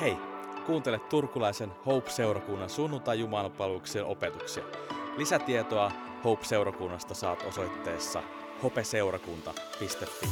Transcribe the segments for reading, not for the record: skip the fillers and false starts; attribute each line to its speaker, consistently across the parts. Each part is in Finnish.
Speaker 1: Hei, kuuntele turkulaisen Hope-seurakunnan sunnuntai-jumalanpalveluksen opetuksia. Lisätietoa Hope-seurakunnasta saat osoitteessa hopeseurakunta.fi.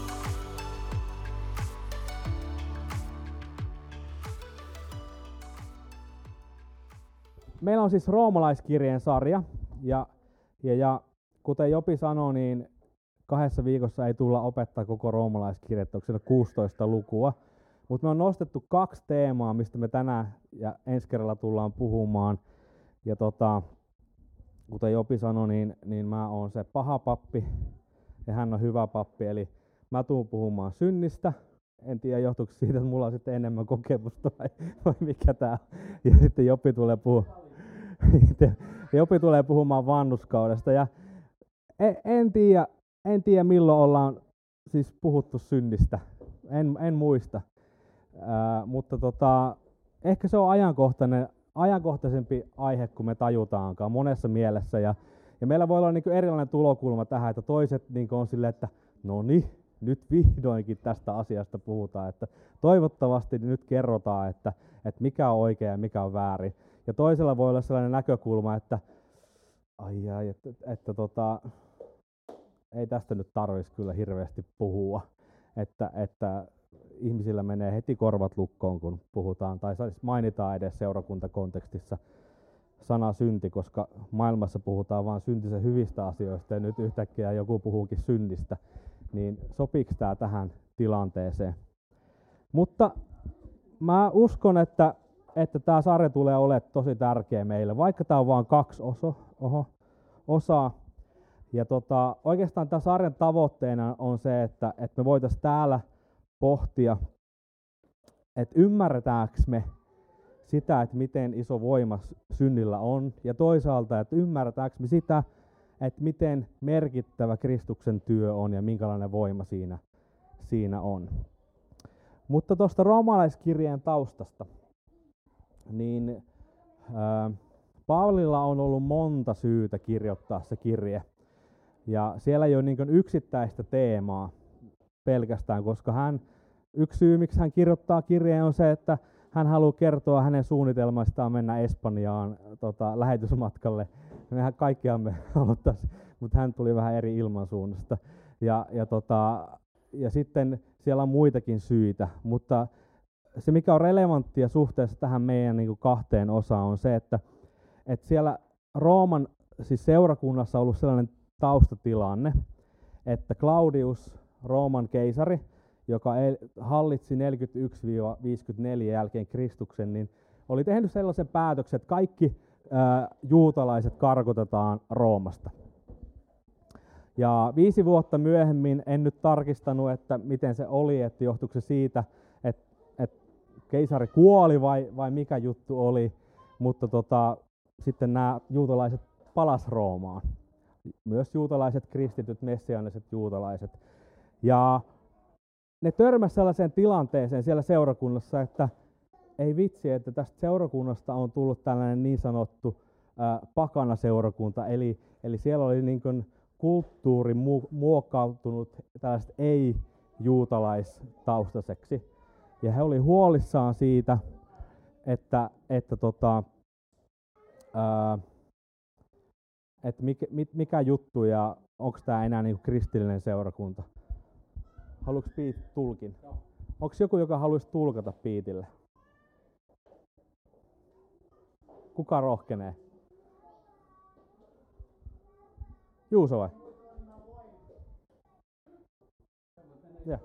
Speaker 2: Meillä on siis roomalaiskirjeen sarja, ja kuten Jopi sanoi, niin 2 viikossa ei tulla opettaa koko roomalaiskirjettä, onko siellä 16 lukua. Mutta me on nostettu 2 teemaa, mistä me tänään ja ensi kerralla tullaan puhumaan. Ja kuten Jopi sanoi, niin mä oon se paha pappi ja hän on hyvä pappi. Eli mä tuun puhumaan synnistä. En tiedä, johtuuko siitä, että mulla on sitten enemmän kokemusta vai mikä tää on. Ja sitten Jopi tulee puhumaan vanhurskaudesta. Ja en tiedä milloin ollaan siis puhuttu synnistä. En muista. Mutta ehkä se on ajankohtaisempi aihe kuin me tajutaankaan monessa mielessä. Ja meillä voi olla niin kuin erilainen tulokulma tähän, että toiset niin kuin on silleen, että no niin, nyt vihdoinkin tästä asiasta puhutaan. Että toivottavasti nyt kerrotaan, että mikä on oikein ja mikä on väärin. Ja toisella voi olla sellainen näkökulma, että ei tästä nyt tarvitsisi kyllä hirveästi puhua. Että ihmisillä menee heti korvat lukkoon, kun puhutaan, tai mainitaan edes seurakuntakontekstissa sana synti, koska maailmassa puhutaan vain syntisen hyvistä asioista, ja nyt yhtäkkiä joku puhuukin synnistä, niin sopiiko tämä tähän tilanteeseen? Mutta mä uskon, että tämä sarja tulee olemaan tosi tärkeä meille, vaikka tämä on vain 2 osaa. Ja oikeastaan tämän sarjan tavoitteena on se, että me voitaisiin täällä pohtia, että ymmärretäänkö me sitä, että miten iso voima synnillä on, ja toisaalta, että ymmärretäänkö me sitä, että miten merkittävä Kristuksen työ on ja minkälainen voima siinä on. Mutta tuosta roomalaiskirjeen taustasta, niin Paavalilla on ollut monta syytä kirjoittaa se kirje. Ja siellä ei ole niin kuin yksittäistä teemaa pelkästään, koska yksi syy, miksi hän kirjoittaa kirjeen, on se, että hän haluaa kertoa hänen suunnitelmastaan mennä Espanjaan lähetysmatkalle. Mehän kaikkiaan me haluttaisiin, mutta hän tuli vähän eri ilmansuunnasta. Ja sitten siellä on muitakin syitä, mutta se mikä on relevanttia suhteessa tähän meidän niin kuin 2 osaan on se, että siellä Rooman siis seurakunnassa on ollut sellainen taustatilanne, että Claudius, Rooman keisari, joka hallitsi 41-54 jälkeen Kristuksen, niin oli tehnyt sellaisen päätöksen, että kaikki juutalaiset karkotetaan Roomasta. Ja 5 vuotta myöhemmin, en nyt tarkistanut, että miten se oli, että johtuiko se siitä, että keisari kuoli vai mikä juttu oli, mutta sitten nämä juutalaiset palas Roomaan. Myös juutalaiset kristityt, messiaaniset juutalaiset. Ja ne törmäsivät sellaiseen tilanteeseen siellä seurakunnassa, että ei vitsi, että tästä seurakunnasta on tullut tällainen niin sanottu pakana-seurakunta, eli siellä oli niin kuin kulttuuri muokkautunut tällaiset ei-juutalaistaustaiseksi. Ja he oli huolissaan siitä, että mikä juttu ja onko tämä enää niinku kristillinen seurakunta. Haluatko Piit tulkin? Onko joku, joka haluaisi tulkata Piitille? Kuka rohkenee? Juuso vai? Ja.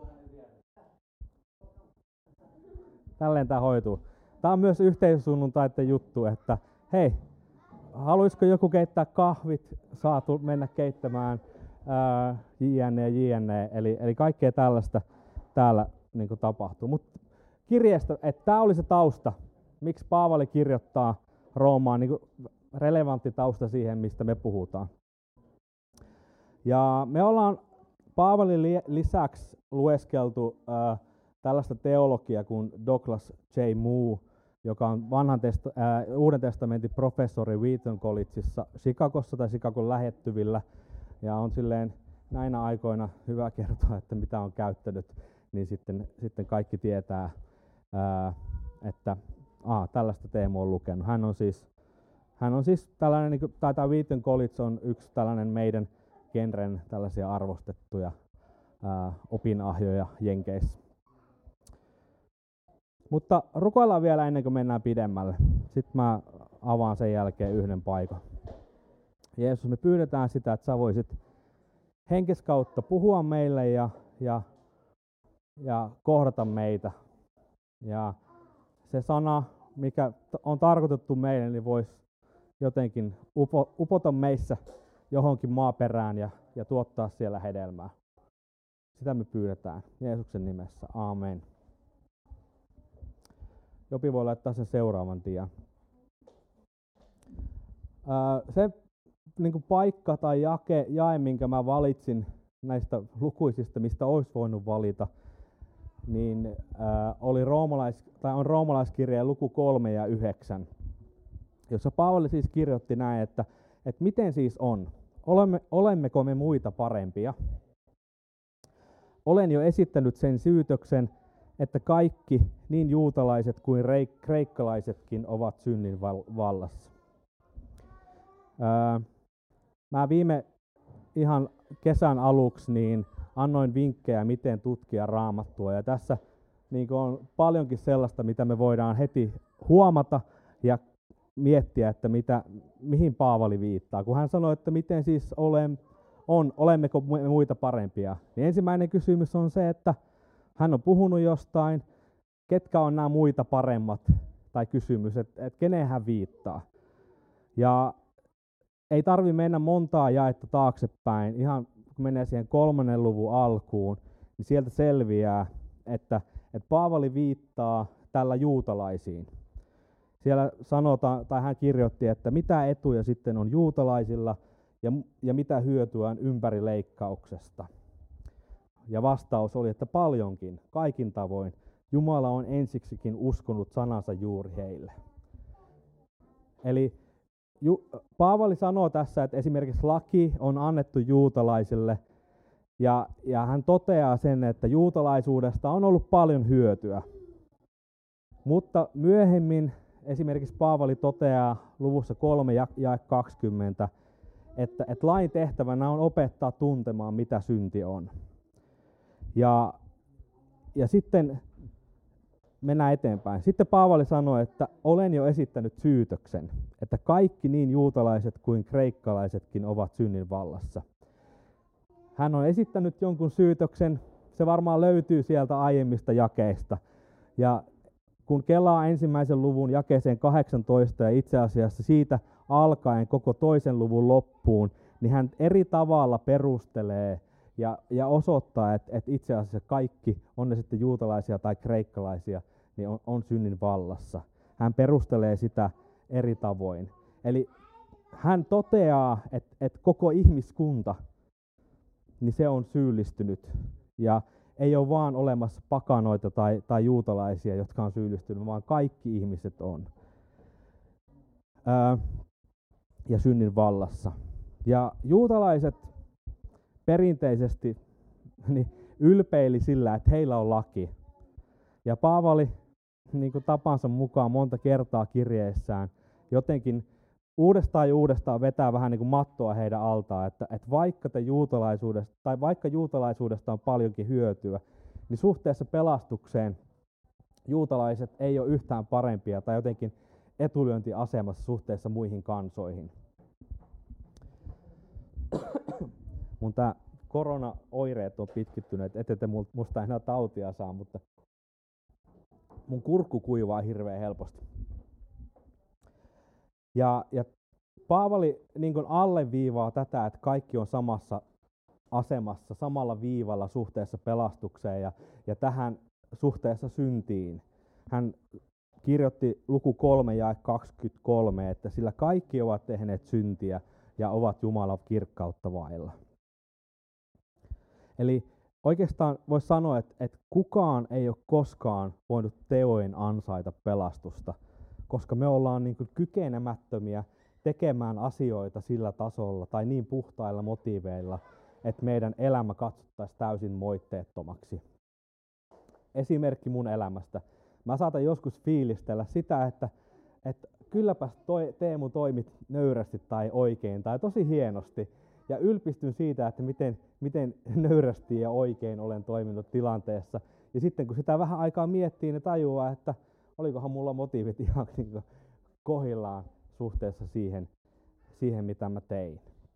Speaker 2: Tälleen tämä hoituu. Tämä on myös yhteisösunnuntaiden juttu, että hei, haluaisiko joku keittää kahvit, saa mennä keittämään jne. Eli kaikkea tällaista täällä niin kuin tapahtuu. Mutta kirjeestä, että tämä oli se tausta, miksi Paavali kirjoittaa Roomaan, niin kuin relevantti tausta siihen, mistä me puhutaan. Ja me ollaan Paavalin lisäksi lueskeltu tällaista teologiaa kuin Douglas J. Moo, joka on Uuden testamentin professori Wheaton Collegeissa Chicagossa tai Chicagon lähettyvillä. Ja on silleen näinä aikoina hyvä kertoa, että mitä on käyttänyt, niin sitten kaikki tietää että tällaista Teemu on lukenut. Hän on siis tällainen, tai tämä Wheaton College on yksi tällainen meidän genren tällaisia arvostettuja opinahjoja Jenkeissä. Mutta rukoillaan vielä ennen kuin mennään pidemmälle. Sitten mä avaan sen jälkeen yhden paikan. Jeesus, me pyydetään sitä, että sä voisit henkes kautta puhua meille ja kohdata meitä. Ja se sana, mikä on tarkoitettu meille, niin voisi jotenkin upota meissä johonkin maaperään ja tuottaa siellä hedelmää. Sitä me pyydetään Jeesuksen nimessä. Aamen. Jopi voi laittaa sen seuraavan dian. Se niin kuin paikka tai jae, minkä mä valitsin näistä lukuisista, mistä olisi voinut valita, niin on roomalaiskirjeen luku 3 ja 9, jossa Paavali siis kirjoitti näin, että miten siis on? Olemmeko me muita parempia? Olen jo esittänyt sen syytöksen, että kaikki, niin juutalaiset kuin kreikkalaisetkin, ovat synnin vallassa. Mä viime ihan kesän aluksi niin annoin vinkkejä, miten tutkia Raamattua, ja tässä niin on paljonkin sellaista, mitä me voidaan heti huomata ja miettiä, että mihin Paavali viittaa. Kun hän sanoi, että miten siis olemmeko muita parempia, niin ensimmäinen kysymys on se, että hän on puhunut jostain, ketkä on nämä muita paremmat, tai kysymys, että keneen hän viittaa. Ja ei tarvitse mennä montaa jaetta taaksepäin, ihan kun menee siihen 3. luvun alkuun, niin sieltä selviää, että Paavali viittaa tällä juutalaisiin. Siellä sanotaan, tai hän kirjoitti, että mitä etuja sitten on juutalaisilla ja mitä hyötyä on ympärileikkauksesta. Ja vastaus oli, että paljonkin, kaikin tavoin. Jumala on ensiksikin uskonut sanansa juuri heille. Eli Paavali sanoo tässä, että esimerkiksi laki on annettu juutalaisille, ja hän toteaa sen, että juutalaisuudesta on ollut paljon hyötyä. Mutta myöhemmin esimerkiksi Paavali toteaa luvussa 3 jae 20, että lain tehtävänä on opettaa tuntemaan, mitä synti on. Ja sitten mennään eteenpäin. Sitten Paavali sanoi, että olen jo esittänyt syytöksen, että kaikki niin juutalaiset kuin kreikkalaisetkin ovat synnin vallassa. Hän on esittänyt jonkun syytöksen, se varmaan löytyy sieltä aiemmista jakeista. Ja kun kelaa 1. luvun jakeeseen 18 ja itse asiassa siitä alkaen koko 2. luvun loppuun, niin hän eri tavalla perustelee ja osoittaa, että itse asiassa kaikki, on ne sitten juutalaisia tai kreikkalaisia, niin on synnin vallassa. Hän perustelee sitä eri tavoin. Eli hän toteaa, että koko ihmiskunta, niin se on syyllistynyt. Ja ei ole vaan olemassa pakanoita tai juutalaisia, jotka on syyllistynyt, vaan kaikki ihmiset on. Ja synnin vallassa. Ja juutalaiset perinteisesti niin ylpeili sillä, että heillä on laki. Ja Paavali niin kuin tapansa mukaan monta kertaa kirjeessään jotenkin uudestaan ja uudestaan vetää vähän niin kuin mattoa heidän altaan, että vaikka juutalaisuudesta on paljonkin hyötyä, niin suhteessa pelastukseen juutalaiset ei ole yhtään parempia tai jotenkin etulyöntiasemassa suhteessa muihin kansoihin. Mun tää koronaoireet on pitkittyneet, ette te musta enää tautia saa, mutta mun kurkku kuivaa hirveän helposti. Ja Paavali niin kuin alleviivaa tätä, että kaikki on samassa asemassa, samalla viivalla suhteessa pelastukseen ja tähän suhteessa syntiin. Hän kirjoitti luku 3 jae 23, että sillä kaikki ovat tehneet syntiä ja ovat Jumalan kirkkautta vailla. Eli oikeastaan voisi sanoa, että kukaan ei ole koskaan voinut teoin ansaita pelastusta, koska me ollaan niin kuin kykenemättömiä tekemään asioita sillä tasolla tai niin puhtailla motiiveilla, että meidän elämä katsottaisiin täysin moitteettomaksi. Esimerkki mun elämästä. mä saatan joskus fiilistellä sitä, että kylläpäs Teemu toimit nöyrästi tai oikein tai tosi hienosti. Ja ylpistyn siitä, että miten nöyrästi ja oikein olen toiminut tilanteessa. Ja sitten kun sitä vähän aikaa miettii, niin tajuaa, että olikohan mulla motiivit ihan niin kohdillaan suhteessa siihen, mitä mä tein.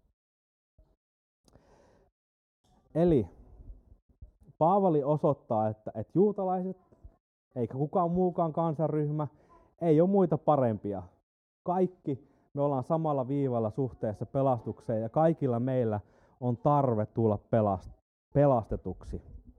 Speaker 2: Eli Paavali osoittaa, että juutalaiset, eikä kukaan muukaan kansanryhmä, ei ole muita parempia. Kaikki me ollaan samalla viivalla suhteessa pelastukseen ja kaikilla meillä on tarve tulla pelastetuksi.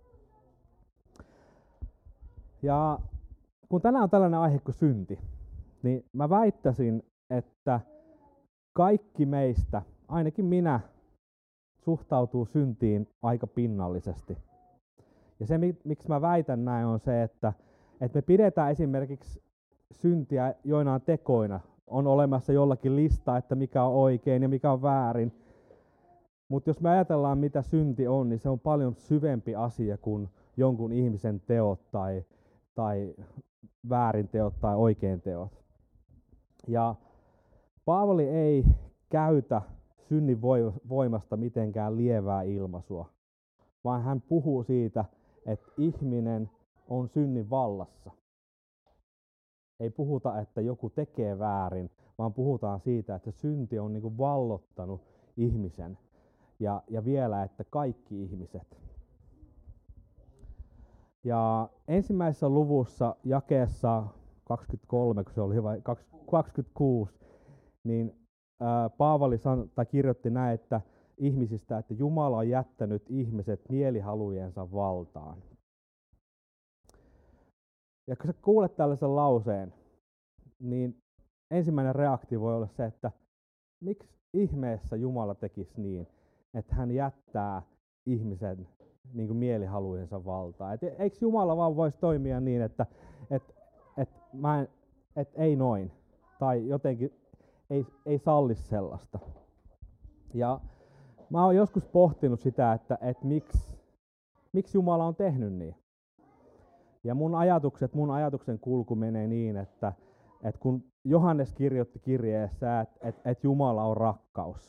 Speaker 2: Ja kun tänään on tällainen aihe kuin synti, niin mä väittäisin, että kaikki meistä, ainakin minä, suhtautuu syntiin aika pinnallisesti. Ja se, miksi mä väitän näin, on se, että me pidetään esimerkiksi syntiä joinain tekoina. On olemassa jollakin lista, että mikä on oikein ja mikä on väärin. Mutta jos me ajatellaan, mitä synti on, niin se on paljon syvempi asia kuin jonkun ihmisen teot tai väärin teot tai oikein teot. Ja Paavali ei käytä synnin voimasta mitenkään lievää ilmaisua, vaan hän puhuu siitä, että ihminen on synnin vallassa. Ei puhuta, että joku tekee väärin, vaan puhutaan siitä, että synti on niin kuin vallottanut ihmisen ja vielä, että kaikki ihmiset. Ja ensimmäisessä luvussa jakeessa 23, kun se oli 26, niin Paavali kirjoitti näin, että ihmisistä, että Jumala on jättänyt ihmiset mielihalujensa valtaan. Ja kun sä kuulet tällaisen lauseen, niin ensimmäinen reaktio voi olla se, että miksi ihmeessä Jumala tekisi niin, että hän jättää ihmisen niin kuin mielihalujensa valtaan. Eikö Jumala vaan voisi toimia niin, että ei noin, tai jotenkin ei salli sellaista. Ja mä oon joskus pohtinut sitä, että miksi Jumala on tehnyt niin. Ja mun ajatuksen kulku menee niin, että kun Johannes kirjoitti kirjeessä, että Jumala on rakkaus,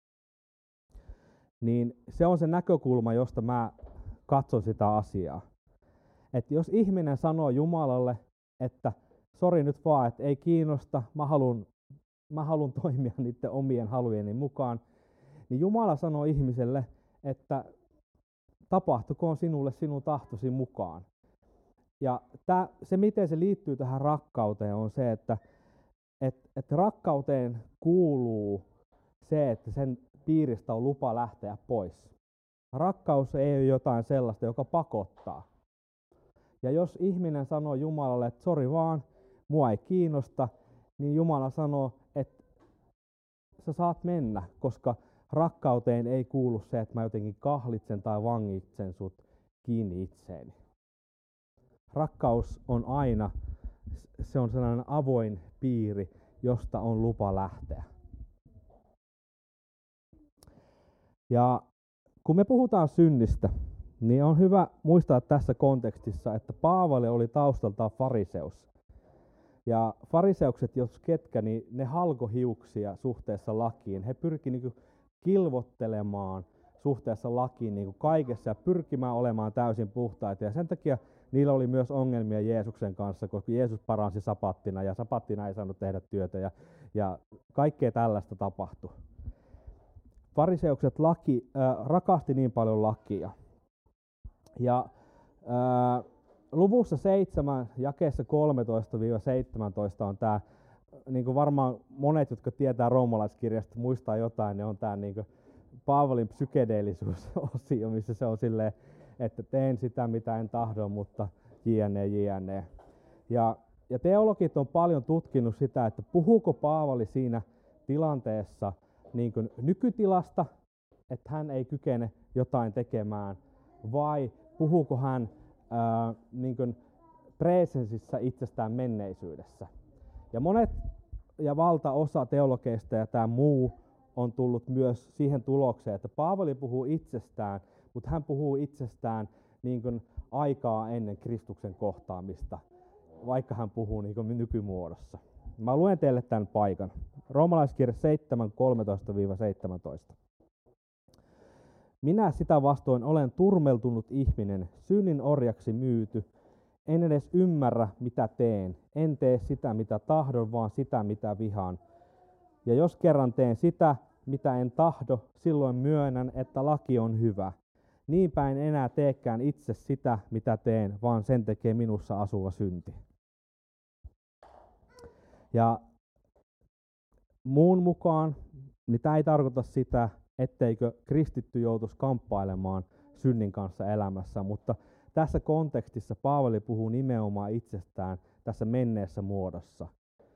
Speaker 2: niin se on se näkökulma, josta mä katson sitä asiaa. Että jos ihminen sanoo Jumalalle, että sori nyt vaan, että ei kiinnosta, mä haluan toimia niiden omien halujeni mukaan, niin Jumala sanoo ihmiselle, että tapahtukoon sinulle sinun tahtosi mukaan. Ja se, miten se liittyy tähän rakkauteen, on se, että rakkauteen kuuluu se, että sen piiristä on lupa lähteä pois. Rakkaus ei ole jotain sellaista, joka pakottaa. Ja jos ihminen sanoo Jumalalle, että sori vaan, mua ei kiinnosta, niin Jumala sanoo, että sä saat mennä, koska rakkauteen ei kuulu se, että mä jotenkin kahlitsen tai vangitsen sut kiinni itseeni. Rakkaus on aina, se on sellainen avoin piiri, josta on lupa lähteä. Ja kun me puhutaan synnistä, niin on hyvä muistaa tässä kontekstissa, että Paavali oli taustaltaan fariseus. Ja fariseukset, jos ketkä, niin ne halkoi hiuksia suhteessa lakiin. He pyrkivät kilvottelemaan suhteessa lakiin niin kuin kaikessa ja pyrkimään olemaan täysin puhtaita. Ja sen takia niillä oli myös ongelmia Jeesuksen kanssa, koska Jeesus paransi sapattina ja sapattina ei saanut tehdä työtä ja kaikkea tällaista tapahtui. Fariseukset rakasti niin paljon lakia. Ja luvussa 7, jakeessa 13-17 on tämä, niin kuin varmaan monet, jotka tietää roomalaiskirjasta, muistaa jotain, niin on tämä niin kuin Paavalin psykedeelisuusosio, missä se on silleen, että teen sitä, mitä en tahdo, mutta jne. Ja teologit on paljon tutkinut sitä, että puhuuko Paavali siinä tilanteessa niin kuin nykytilasta, että hän ei kykene jotain tekemään, vai puhuuko hän niin kuin presensissä itsestään menneisyydessä. Ja monet ja valtaosa teologeista ja tämä muu on tullut myös siihen tulokseen, että Paavali puhuu itsestään, mutta hän puhuu itsestään niin kuin aikaa ennen Kristuksen kohtaamista. vaikka hän puhuu niin kuin nykymuodossa. Mä luen teille tämän paikan. Roomalaiskirja 7:13-17. Minä sitä vastoin olen turmeltunut ihminen, synnin orjaksi myyty. En edes ymmärrä, mitä teen. En tee sitä, mitä tahdon, vaan sitä, mitä vihaan. Ja jos kerran teen sitä, mitä en tahdo, silloin myönnän, että laki on hyvä. Niinpä en enää teekään itse sitä, mitä teen, vaan sen tekee minussa asuva synti. Ja muun mukaan, niin tämä ei tarkoita sitä, etteikö kristitty joutuisi kamppailemaan synnin kanssa elämässä, mutta tässä kontekstissa Paavali puhuu nimenomaan itsestään tässä menneessä muodossa.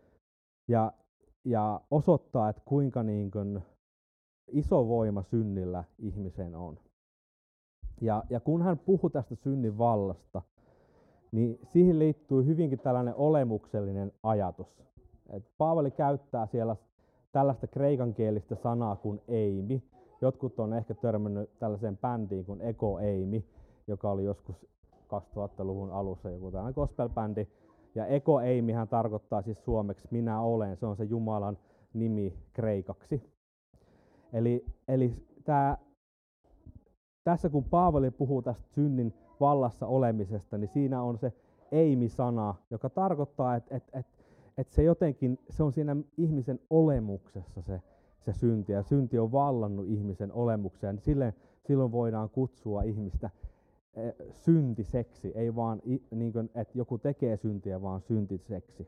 Speaker 2: Ja osoittaa, että kuinka niin kuin iso voima synnillä ihmiseen on. Ja kun hän puhuu tästä synnin vallasta, niin siihen liittyy hyvinkin tällainen olemuksellinen ajatus. Et Paavali käyttää siellä tällaista kreikankielistä sanaa kuin eimi. Jotkut on ehkä törmännyt tällaiseen bändiin kuin Ego Eimi, joka oli joskus 2000-luvun alussa joku tällainen gospel-bändi. Ja Ego Eimihän tarkoittaa siis suomeksi minä olen, se on se Jumalan nimi kreikaksi. Eli tässä kun Paavali puhuu tästä synnin vallassa olemisesta, niin siinä on se eimi-sana, joka tarkoittaa, että se jotenkin, se on siinä ihmisen olemuksessa se synti, ja synti on vallannut ihmisen olemukseen. Silloin voidaan kutsua ihmistä syntiseksi, ei vaan niin kuin, että joku tekee syntiä, vaan syntiseksi.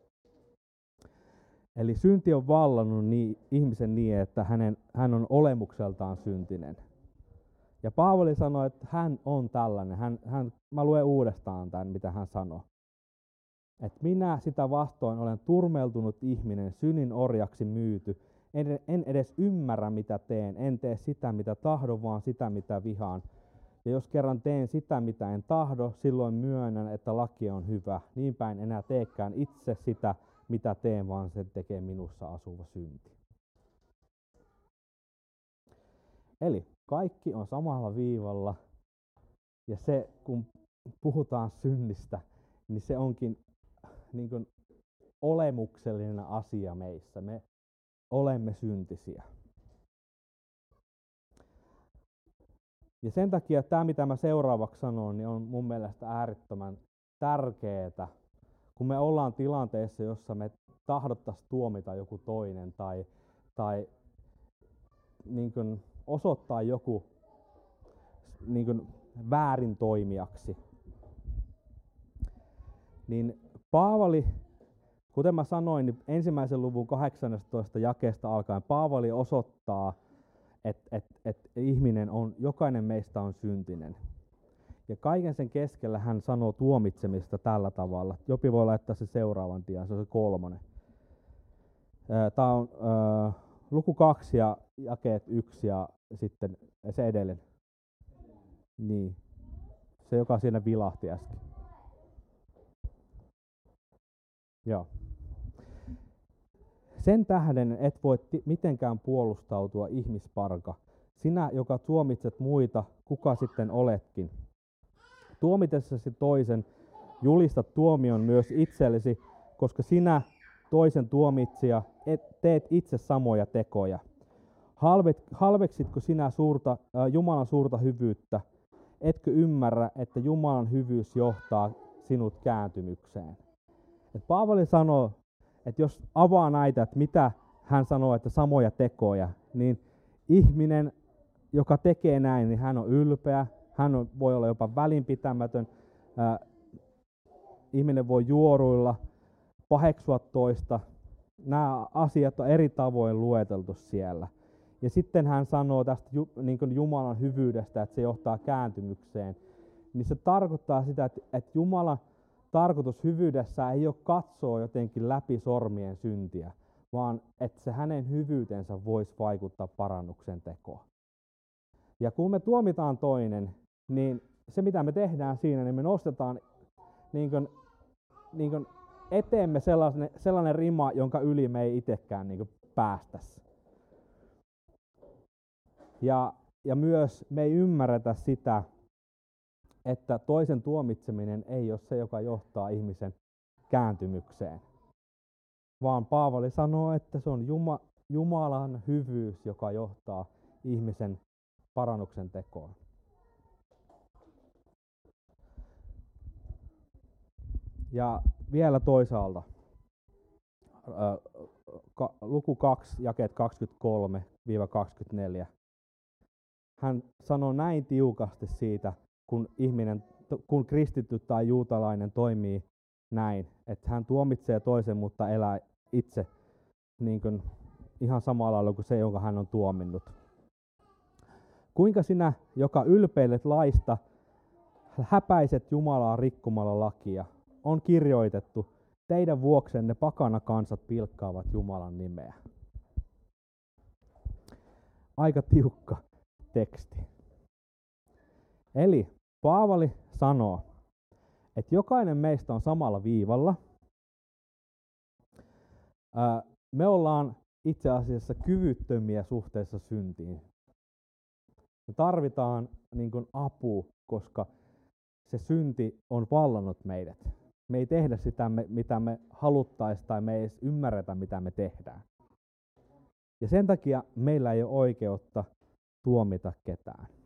Speaker 2: Eli synti on vallannut ihmisen niin, että hän on olemukseltaan syntinen. Ja Paavali sanoi, että hän on tällainen. Mä luen uudestaan tämän, mitä hän sanoi. Että minä sitä vastoin olen turmeltunut ihminen, synnin orjaksi myyty. En edes ymmärrä, mitä teen. En tee sitä, mitä tahdon, vaan sitä, mitä vihaan. Ja jos kerran teen sitä, mitä en tahdo, silloin myönnän, että laki on hyvä. Niinpä en enää teekään itse sitä, mitä teen, vaan se tekee minussa asuva synti. Eli kaikki on samalla viivalla. Ja se, kun puhutaan synnistä, niin se onkin niin kuin olemuksellinen asia meissä. Me olemme syntisiä. Ja sen takia tämä, mitä mä seuraavaksi sanon, niin on mun mielestä äärettömän tärkeää, kun me ollaan tilanteessa, jossa me tahdottaisiin tuomita joku toinen tai niin kuin osoittaa joku niin kuin väärin toimijaksi. Niin Paavali, kuten mä sanoin, niin 1. luvun 18 jakeesta alkaen Paavali osoittaa, että ihminen on, jokainen meistä on syntinen. Ja kaiken sen keskellä hän sanoo tuomitsemista tällä tavalla. Jopi voi laittaa se seuraavan tian, se on se 3. Tämä on luku 2 ja jakeet 1 ja sitten se edellinen. Niin, se joka siinä vilahti äsken. Joo. Sen tähden et voi mitenkään puolustautua, ihmisparka. Sinä, joka tuomitset muita, kuka sitten oletkin. Tuomitessasi toisen, julista tuomion myös itsellesi, koska sinä, toisen tuomitsija, teet itse samoja tekoja. Halveksitko sinä Jumalan suurta hyvyyttä? Etkö ymmärrä, että Jumalan hyvyys johtaa sinut kääntymykseen? Et Paavali sanoo, että jos avaa näitä, että mitä hän sanoo, että samoja tekoja, niin ihminen, joka tekee näin, niin hän on ylpeä, voi olla jopa välinpitämätön, ihminen voi juoruilla, paheksua toista. Nämä asiat on eri tavoin lueteltu siellä. Ja sitten hän sanoo tästä niin kuin Jumalan hyvyydestä, että se johtaa kääntymykseen. Niin se tarkoittaa sitä, että Jumalan tarkoitus hyvyydessä ei ole katsoa jotenkin läpi sormien syntiä, vaan että se hänen hyvyytensä voisi vaikuttaa parannuksen tekoon. Ja kun me tuomitaan toinen, niin se mitä me tehdään siinä, niin me nostetaan niin kuin eteemme sellainen rima, jonka yli me ei itsekään niin kuin päästäisi. Ja myös me ei ymmärretä sitä, että toisen tuomitseminen ei ole se, joka johtaa ihmisen kääntymykseen. Vaan Paavali sanoo, että se on Jumalan hyvyys, joka johtaa ihmisen parannuksen tekoon. Ja vielä toisaalta, luku 2, jakeet 23-24. Hän sanoo näin tiukasti siitä, kun kristitty tai juutalainen toimii näin, että hän tuomitsee toisen, mutta elää itse niin kuin ihan samalla lailla kuin se, jonka hän on tuominnut. Kuinka sinä, joka ylpeilet laista, häpäiset Jumalaa rikkomalla lakia, on kirjoitettu, teidän vuoksenne pakana kansat pilkkaavat Jumalan nimeä. Aika tiukka teksti. Eli Paavali sanoo, että jokainen meistä on samalla viivalla. Me ollaan itse asiassa kyvyttömiä suhteessa syntiin. Me tarvitaan niin kuin apua, koska se synti on vallannut meidät. Me ei tehdä sitä, mitä me haluttaisiin, tai me ei edes ymmärretä, mitä me tehdään. Ja sen takia meillä ei ole oikeutta tuomita ketään.